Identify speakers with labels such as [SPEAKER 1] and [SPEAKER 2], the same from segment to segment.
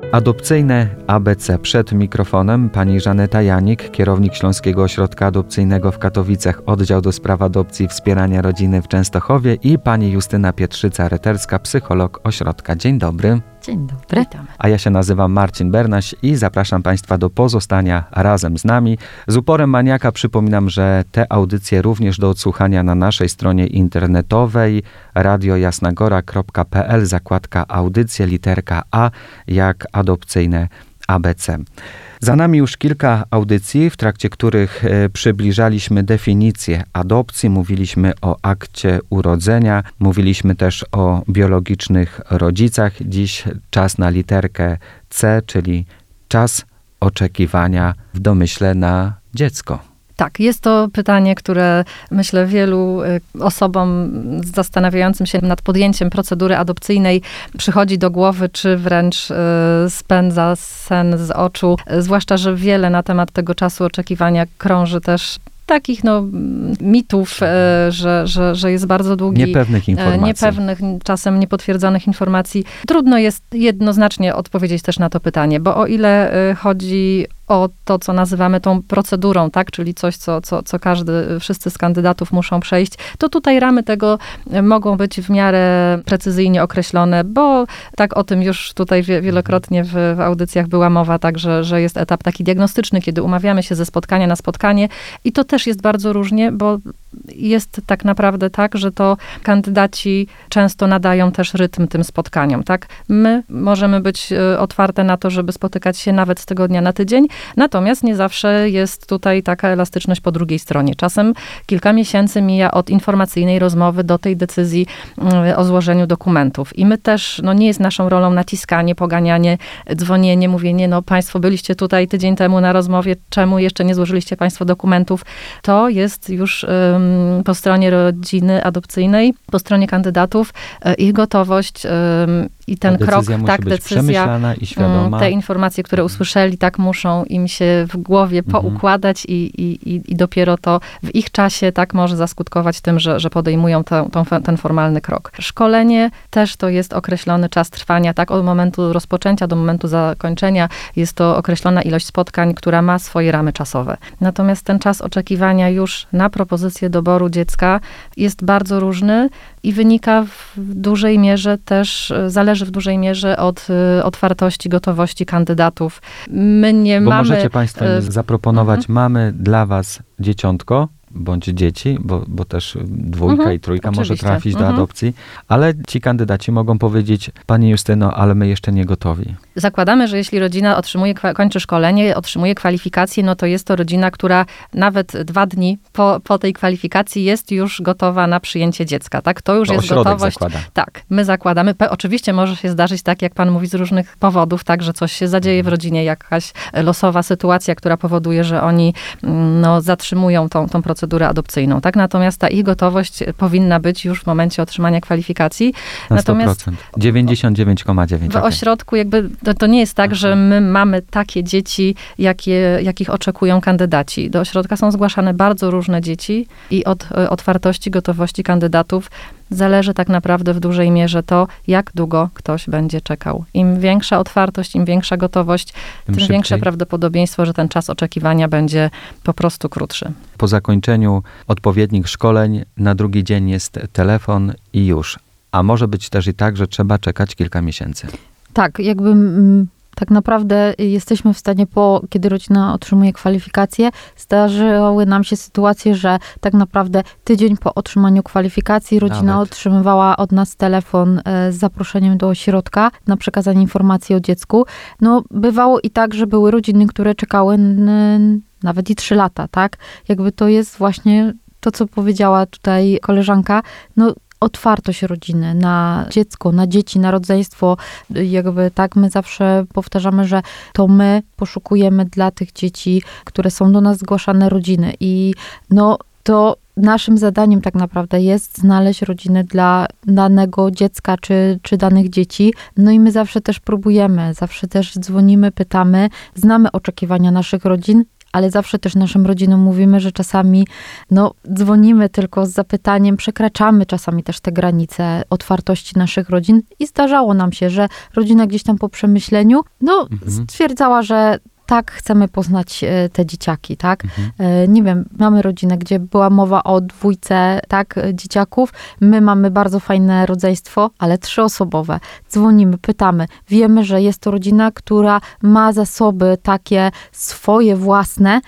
[SPEAKER 1] Adopcyjne ABC. Przed mikrofonem pani Żaneta Janik, kierownik Śląskiego Ośrodka Adopcyjnego w Katowicach, Oddział do Spraw Adopcji i Wspierania Rodziny w Częstochowie, i pani Justyna Pietrzyca-Reterska, psycholog ośrodka. Dzień dobry.
[SPEAKER 2] Dzień dobry.
[SPEAKER 1] A ja się nazywam Marcin Bernaś i zapraszam państwa do pozostania razem z nami. Z uporem maniaka przypominam, że te audycje również do odsłuchania na naszej stronie internetowej radiojasnagora.pl, zakładka audycje, literka A jak adopcyjne ABC. Za nami już kilka audycji, w trakcie których przybliżaliśmy definicję adopcji, mówiliśmy o akcie urodzenia, mówiliśmy też o biologicznych rodzicach. Dziś czas na literkę C, czyli czas oczekiwania w domyśle na dziecko.
[SPEAKER 2] Tak, jest to pytanie, które myślę wielu osobom zastanawiającym się nad podjęciem procedury adopcyjnej przychodzi do głowy, czy wręcz spędza sen z oczu. Zwłaszcza, że wiele na temat tego czasu oczekiwania krąży też takich mitów, że jest bardzo długi. Niepewnych, czasem niepotwierdzonych informacji. Trudno jest jednoznacznie odpowiedzieć też na to pytanie, bo o ile chodzi o to, co nazywamy tą procedurą, tak, czyli coś, co wszyscy z kandydatów muszą przejść, to tutaj ramy tego mogą być w miarę precyzyjnie określone, bo tak o tym już tutaj wielokrotnie w audycjach była mowa, tak, że jest etap taki diagnostyczny, kiedy umawiamy się ze spotkania na spotkanie, i to też jest bardzo różnie, bo jest tak naprawdę tak, że to kandydaci często nadają też rytm tym spotkaniom, tak. My możemy być otwarte na to, żeby spotykać się nawet z tygodnia na tydzień, natomiast nie zawsze jest tutaj taka elastyczność po drugiej stronie. Czasem kilka miesięcy mija od informacyjnej rozmowy do tej decyzji o złożeniu dokumentów. I my też, nie jest naszą rolą naciskanie, poganianie, dzwonienie, mówienie, państwo byliście tutaj tydzień temu na rozmowie, czemu jeszcze nie złożyliście państwo dokumentów? To jest już po stronie rodziny adopcyjnej, po stronie kandydatów, ich gotowość i ten krok,
[SPEAKER 1] musi być przemyślana i świadoma.
[SPEAKER 2] Te informacje, które usłyszeli, tak muszą im się w głowie poukładać i dopiero to w ich czasie tak może zaskutkować tym, że podejmują ten formalny krok. Szkolenie też to jest określony czas trwania, tak, od momentu rozpoczęcia do momentu zakończenia jest to określona ilość spotkań, która ma swoje ramy czasowe. Natomiast ten czas oczekiwania już na propozycję doboru dziecka jest bardzo różny i wynika w dużej mierze też, zależy w dużej mierze od otwartości, gotowości kandydatów. My nie mamy...
[SPEAKER 1] Możecie państwo zaproponować, mamy dla was dzieciątko, bądź dzieci, bo też dwójka i trójka
[SPEAKER 2] oczywiście
[SPEAKER 1] może trafić do adopcji, ale ci kandydaci mogą powiedzieć, pani Justyno, ale my jeszcze nie gotowi.
[SPEAKER 2] Zakładamy, że jeśli rodzina kończy szkolenie, otrzymuje kwalifikację, to jest to rodzina, która nawet 2 dni po tej kwalifikacji jest już gotowa na przyjęcie dziecka, tak? To już jest gotowość.
[SPEAKER 1] Zakłada.
[SPEAKER 2] Tak, my zakładamy. Oczywiście może się zdarzyć, tak jak pan mówi, z różnych powodów, tak, że coś się zadzieje w rodzinie, jakaś losowa sytuacja, która powoduje, że oni zatrzymują tą procedurę adopcyjną, tak? Natomiast ta ich gotowość powinna być już w momencie otrzymania kwalifikacji.
[SPEAKER 1] Na 100%. 99,9%.
[SPEAKER 2] W ośrodku to nie jest tak, że my mamy takie dzieci, jakich oczekują kandydaci. Do ośrodka są zgłaszane bardzo różne dzieci i od otwartości, gotowości kandydatów zależy tak naprawdę w dużej mierze to, jak długo ktoś będzie czekał. Im większa otwartość, im większa gotowość, tym większe prawdopodobieństwo, że ten czas oczekiwania będzie po prostu krótszy.
[SPEAKER 1] Po zakończeniu odpowiednich szkoleń na drugi dzień jest telefon i już. A może być też i tak, że trzeba czekać kilka miesięcy.
[SPEAKER 3] Tak, tak naprawdę jesteśmy w stanie, kiedy rodzina otrzymuje kwalifikację, zdarzyły nam się sytuacje, że tak naprawdę tydzień po otrzymaniu kwalifikacji rodzina otrzymywała od nas telefon z zaproszeniem do ośrodka na przekazanie informacji o dziecku. Bywało i tak, że były rodziny, które czekały nawet i 3 lata, tak? To jest właśnie to, co powiedziała tutaj koleżanka, otwartość rodziny na dziecko, na dzieci, na rodzeństwo. Tak my zawsze powtarzamy, że to my poszukujemy dla tych dzieci, które są do nas zgłaszane, rodziny. I to naszym zadaniem tak naprawdę jest znaleźć rodziny dla danego dziecka czy danych dzieci. I my zawsze też próbujemy, zawsze też dzwonimy, pytamy, znamy oczekiwania naszych rodzin, ale zawsze też naszym rodzinom mówimy, że czasami dzwonimy tylko z zapytaniem, przekraczamy czasami też te granice otwartości naszych rodzin i zdarzało nam się, że rodzina gdzieś tam po przemyśleniu, stwierdzała, że tak, chcemy poznać te dzieciaki, tak? Nie wiem, mamy rodzinę, gdzie była mowa o 2, tak, dzieciaków. My mamy bardzo fajne rodzeństwo, ale 3-osobowe. Dzwonimy, pytamy. Wiemy, że jest to rodzina, która ma zasoby takie swoje własne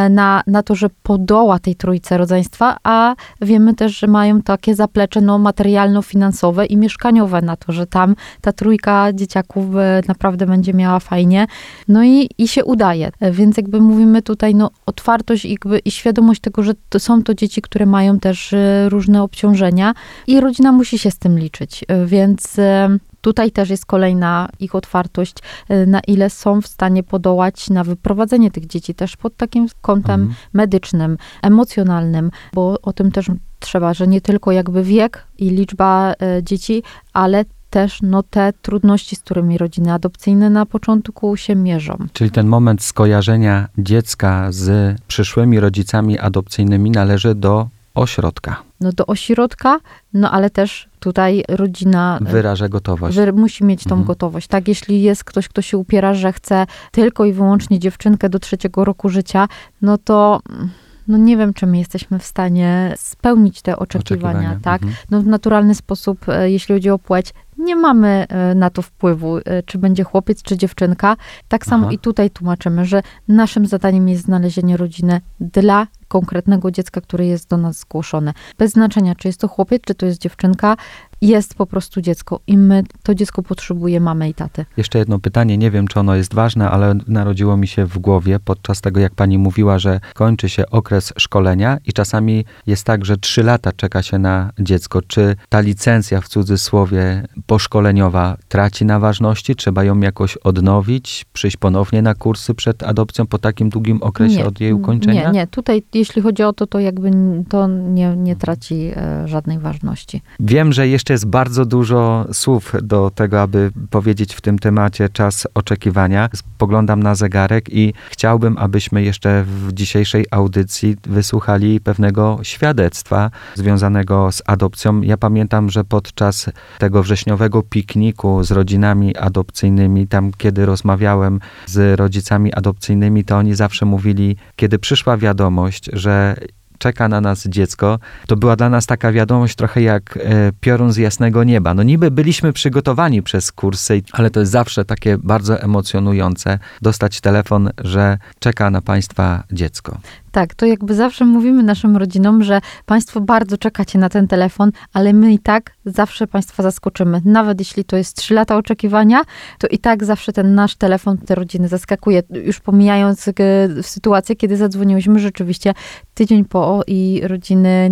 [SPEAKER 3] na to, że podoła tej trójce rodzeństwa, a wiemy też, że mają takie zaplecze materialno-finansowe i mieszkaniowe na to, że tam ta trójka dzieciaków naprawdę będzie miała fajnie. No i się udaje. Więc jakby mówimy tutaj, otwartość i świadomość tego, że są to dzieci, które mają też różne obciążenia i rodzina musi się z tym liczyć. Więc tutaj też jest kolejna ich otwartość, na ile są w stanie podołać na wyprowadzenie tych dzieci też pod takim kątem medycznym, emocjonalnym, bo o tym też trzeba, że nie tylko jakby wiek i liczba dzieci, ale też te trudności, z którymi rodziny adopcyjne na początku się mierzą.
[SPEAKER 1] Czyli ten moment skojarzenia dziecka z przyszłymi rodzicami adopcyjnymi należy do ośrodka.
[SPEAKER 3] Do ośrodka, ale też tutaj rodzina
[SPEAKER 1] wyraża gotowość.
[SPEAKER 3] Musi mieć tą gotowość. Tak, jeśli jest ktoś, kto się upiera, że chce tylko i wyłącznie dziewczynkę do 3 roku życia, to nie wiem, czy my jesteśmy w stanie spełnić te oczekiwania. Tak? W naturalny sposób, jeśli chodzi o płeć, nie mamy na to wpływu, czy będzie chłopiec, czy dziewczynka. Tak samo i tutaj tłumaczymy, że naszym zadaniem jest znalezienie rodziny dla konkretnego dziecka, które jest do nas zgłoszone. Bez znaczenia, czy jest to chłopiec, czy to jest dziewczynka, jest po prostu dziecko i to dziecko potrzebuje mamy i taty.
[SPEAKER 1] Jeszcze jedno pytanie, nie wiem, czy ono jest ważne, ale narodziło mi się w głowie podczas tego, jak pani mówiła, że kończy się okres szkolenia i czasami jest tak, że 3 lata czeka się na dziecko. Czy ta licencja, w cudzysłowie, poszkoleniowa traci na ważności? Trzeba ją jakoś odnowić, przyjść ponownie na kursy przed adopcją po takim długim okresie od jej ukończenia?
[SPEAKER 3] Nie. Tutaj, jeśli chodzi o to jakby to nie traci żadnej ważności.
[SPEAKER 1] Wiem, że jeszcze jest bardzo dużo słów do tego, aby powiedzieć w tym temacie czas oczekiwania. Spoglądam na zegarek i chciałbym, abyśmy jeszcze w dzisiejszej audycji wysłuchali pewnego świadectwa związanego z adopcją. Ja pamiętam, że podczas tego wrześniowego pikniku z rodzinami adopcyjnymi, tam kiedy rozmawiałem z rodzicami adopcyjnymi, to oni zawsze mówili, kiedy przyszła wiadomość, że czeka na nas dziecko, to była dla nas taka wiadomość trochę jak piorun z jasnego nieba. Niby byliśmy przygotowani przez kursy, ale to jest zawsze takie bardzo emocjonujące dostać telefon, że czeka na państwa dziecko.
[SPEAKER 3] Tak, to jakby zawsze mówimy naszym rodzinom, że państwo bardzo czekacie na ten telefon, ale my i tak zawsze państwa zaskoczymy. Nawet jeśli to jest 3 lata oczekiwania, to i tak zawsze ten nasz telefon te rodziny zaskakuje. Już pomijając sytuację, kiedy zadzwoniłyśmy rzeczywiście tydzień po i rodziny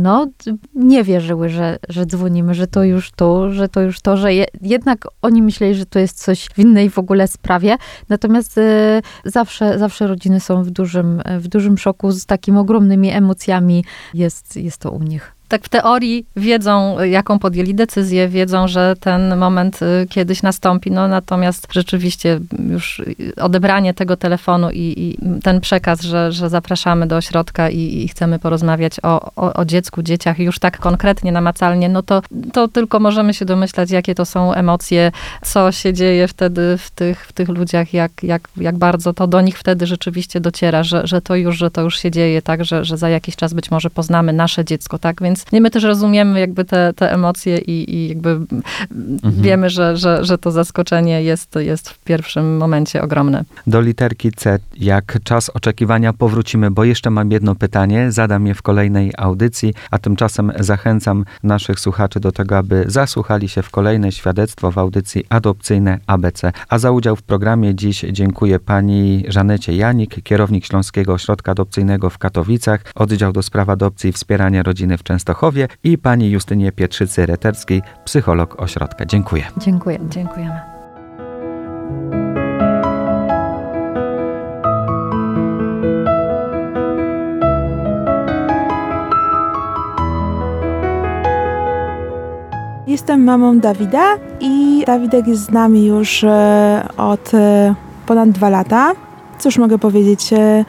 [SPEAKER 3] nie wierzyły, że dzwonimy, że to już to, że jednak oni myśleli, że to jest coś w innej w ogóle sprawie. Natomiast zawsze rodziny są w dużym szoku, z takimi ogromnymi emocjami jest to u nich.
[SPEAKER 2] Tak w teorii wiedzą, jaką podjęli decyzję, wiedzą, że ten moment kiedyś nastąpi, natomiast rzeczywiście już odebranie tego telefonu i ten przekaz, że zapraszamy do ośrodka i chcemy porozmawiać o dziecku, dzieciach już tak konkretnie, namacalnie, to tylko możemy się domyślać, jakie to są emocje, co się dzieje wtedy w tych ludziach, jak bardzo to do nich wtedy rzeczywiście dociera, że to już się dzieje, tak, że za jakiś czas być może poznamy nasze dziecko, tak, więc my też rozumiemy jakby te emocje i jakby wiemy, że to zaskoczenie jest w pierwszym momencie ogromne.
[SPEAKER 1] Do literki C, jak czas oczekiwania powrócimy, bo jeszcze mam jedno pytanie, zadam je w kolejnej audycji, a tymczasem zachęcam naszych słuchaczy do tego, aby zasłuchali się w kolejne świadectwo w audycji Adopcyjne ABC. A za udział w programie dziś dziękuję pani Żanecie Janik, kierownik Śląskiego Ośrodka Adopcyjnego w Katowicach, oddział do spraw adopcji i wspierania rodziny w Częstochowie i pani Justynie Pietrzycy-Reterskiej, psycholog ośrodka. Dziękuję.
[SPEAKER 2] Dziękujemy.
[SPEAKER 4] Jestem mamą Dawida i Dawidek jest z nami już od ponad 2 lata. Cóż mogę powiedzieć?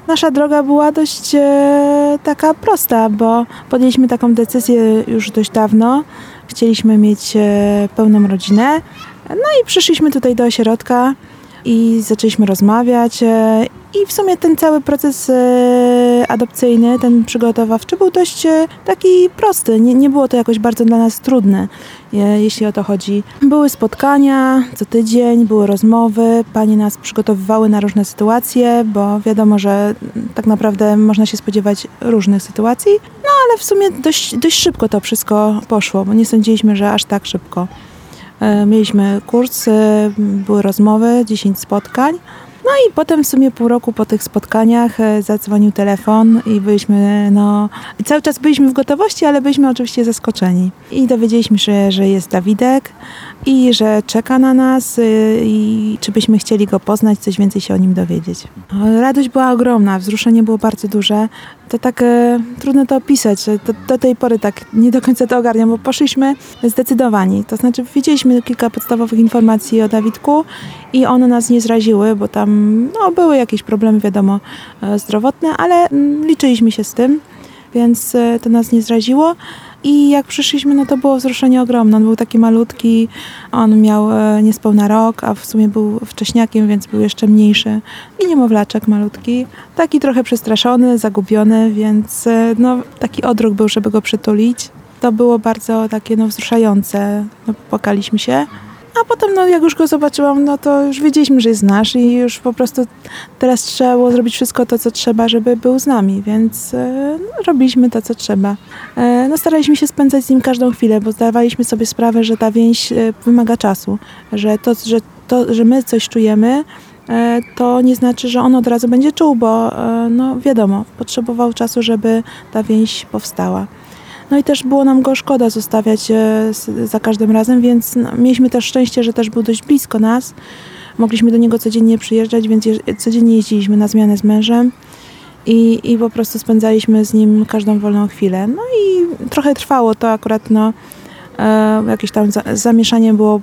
[SPEAKER 4] Nasza droga była dość taka prosta, bo podjęliśmy taką decyzję już dość dawno. Chcieliśmy mieć pełną rodzinę. No i przyszliśmy tutaj do ośrodka i zaczęliśmy rozmawiać. I w sumie ten cały proces adopcyjny, ten przygotowawczy był dość taki prosty. Nie było to jakoś bardzo dla nas trudne, jeśli o to chodzi. Były spotkania co tydzień, były rozmowy. Panie nas przygotowywały na różne sytuacje, bo wiadomo, że tak naprawdę można się spodziewać różnych sytuacji. No ale w sumie dość szybko to wszystko poszło, bo nie sądziliśmy, że aż tak szybko. Mieliśmy kurs, były rozmowy, 10 spotkań. No i potem w sumie pół roku po tych spotkaniach zadzwonił telefon i byliśmy, cały czas byliśmy w gotowości, ale byliśmy oczywiście zaskoczeni. I dowiedzieliśmy się, że jest Dawidek i że czeka na nas i czy byśmy chcieli go poznać, coś więcej się o nim dowiedzieć. Radość była ogromna, wzruszenie było bardzo duże. To tak trudno to opisać, że do tej pory tak nie do końca to ogarniam, bo poszliśmy zdecydowani. To znaczy wiedzieliśmy kilka podstawowych informacji o Dawidku i one nas nie zraziły, bo tam były jakieś problemy, wiadomo, zdrowotne, ale liczyliśmy się z tym, więc to nas nie zraziło. I jak przyszliśmy, to było wzruszenie ogromne. On był taki malutki, on miał niespełna rok, a w sumie był wcześniakiem, więc był jeszcze mniejszy. I niemowlaczek malutki. Taki trochę przestraszony, zagubiony, więc taki odruch był, żeby go przytulić. To było bardzo takie wzruszające. Płakaliśmy się. A potem, jak już go zobaczyłam, to już wiedzieliśmy, że jest nasz i już po prostu teraz trzeba było zrobić wszystko to, co trzeba, żeby był z nami, więc robiliśmy to, co trzeba. Staraliśmy się spędzać z nim każdą chwilę, bo zdawaliśmy sobie sprawę, że ta więź wymaga czasu, że że my coś czujemy, to nie znaczy, że on od razu będzie czuł, bo wiadomo, potrzebował czasu, żeby ta więź powstała. No i też było nam go szkoda zostawiać za każdym razem, więc mieliśmy też szczęście, że też był dość blisko nas. Mogliśmy do niego codziennie przyjeżdżać, więc codziennie jeździliśmy na zmianę z mężem i po prostu spędzaliśmy z nim każdą wolną chwilę. No i trochę trwało to akurat, jakieś tam zamieszanie było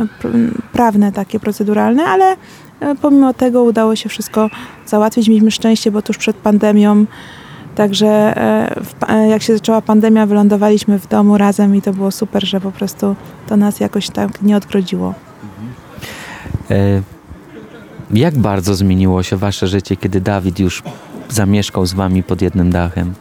[SPEAKER 4] prawne, takie proceduralne, ale pomimo tego udało się wszystko załatwić. Mieliśmy szczęście, bo tuż przed pandemią. Także jak się zaczęła pandemia, wylądowaliśmy w domu razem i to było super, że po prostu to nas jakoś tak nie odgrodziło.
[SPEAKER 1] Jak bardzo zmieniło się wasze życie, kiedy Dawid już zamieszkał z wami pod jednym dachem?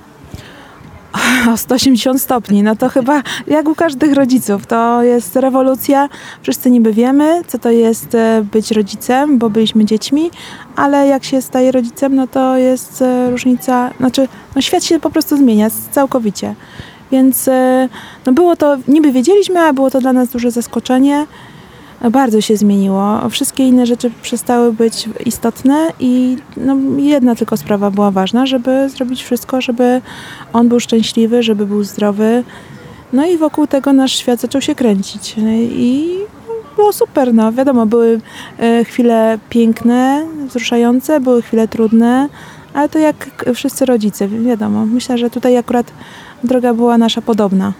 [SPEAKER 4] O 180 stopni, to chyba jak u każdych rodziców, to jest rewolucja. Wszyscy niby wiemy, co to jest być rodzicem, bo byliśmy dziećmi, ale jak się staje rodzicem, to jest różnica, świat się po prostu zmienia całkowicie. Więc było to, niby wiedzieliśmy, a było to dla nas duże zaskoczenie. Bardzo się zmieniło. Wszystkie inne rzeczy przestały być istotne i jedna tylko sprawa była ważna, żeby zrobić wszystko, żeby on był szczęśliwy, żeby był zdrowy. No i wokół tego nasz świat zaczął się kręcić. I było super. Wiadomo, były chwile piękne, wzruszające, były chwile trudne, ale to jak wszyscy rodzice, wiadomo. Myślę, że tutaj akurat droga była nasza podobna.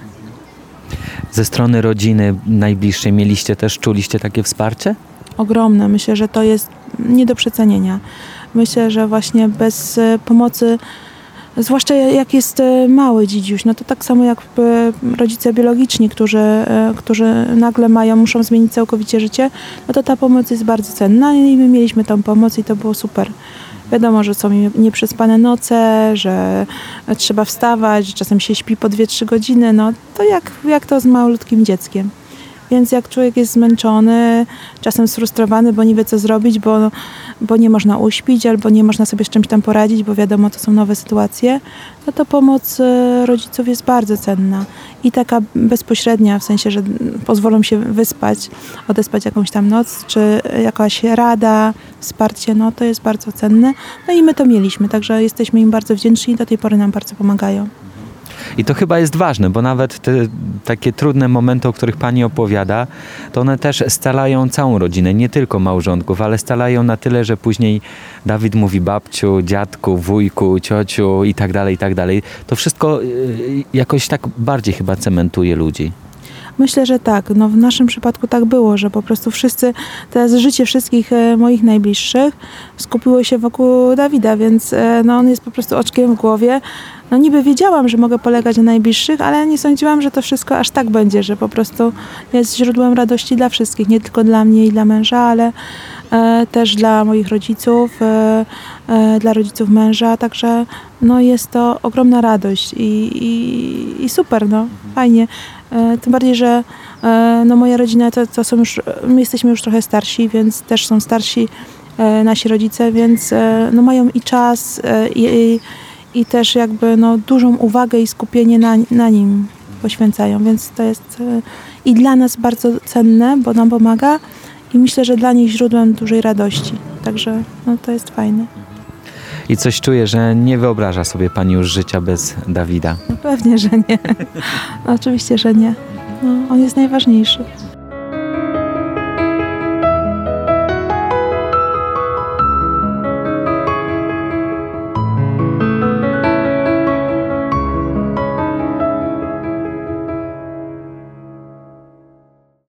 [SPEAKER 1] Ze strony rodziny najbliższej czuliście takie wsparcie?
[SPEAKER 4] Ogromne. Myślę, że to jest nie do przecenienia. Myślę, że właśnie bez pomocy, zwłaszcza jak jest mały dzidziuś, to tak samo jak rodzice biologiczni, którzy nagle muszą zmienić całkowicie życie, to ta pomoc jest bardzo cenna i my mieliśmy tą pomoc i to było super. Wiadomo, że są nieprzespane noce, że trzeba wstawać, że czasem się śpi po 2-3 godziny. To jak to z malutkim dzieckiem. Więc jak człowiek jest zmęczony, czasem sfrustrowany, bo nie wie co zrobić, bo nie można uśpić albo nie można sobie z czymś tam poradzić, bo wiadomo, to są nowe sytuacje, to pomoc rodziców jest bardzo cenna. I taka bezpośrednia, w sensie, że pozwolą się wyspać, odespać jakąś tam noc, czy jakaś rada, wsparcie, to jest bardzo cenne. I my to mieliśmy, także jesteśmy im bardzo wdzięczni i do tej pory nam bardzo pomagają.
[SPEAKER 1] I to chyba jest ważne, bo nawet te takie trudne momenty, o których pani opowiada, to one też scalają całą rodzinę, nie tylko małżonków, ale scalają na tyle, że później Dawid mówi babciu, dziadku, wujku, ciociu i tak dalej, i tak dalej. To wszystko jakoś tak bardziej chyba cementuje ludzi.
[SPEAKER 4] Myślę, że tak. No, w naszym przypadku tak było, że po prostu teraz życie wszystkich moich najbliższych skupiło się wokół Dawida, więc no, on jest po prostu oczkiem w głowie. No niby wiedziałam, że mogę polegać na najbliższych, ale nie sądziłam, że to wszystko aż tak będzie, że po prostu jest źródłem radości dla wszystkich, nie tylko dla mnie i dla męża, ale też dla moich rodziców, dla rodziców męża, także no jest to ogromna radość i super, no fajnie. Tym bardziej, że no moja rodzina to są już, my jesteśmy już trochę starsi, więc też są starsi nasi rodzice, więc no mają i czas i też jakby no dużą uwagę i skupienie na nim poświęcają, więc to jest i dla nas bardzo cenne, bo nam pomaga i myślę, że dla nich źródłem dużej radości, także no to jest fajne.
[SPEAKER 1] I coś czuję, że nie wyobraża sobie pani już życia bez Dawida.
[SPEAKER 4] No pewnie, że nie. Oczywiście, że nie. No, on jest najważniejszy.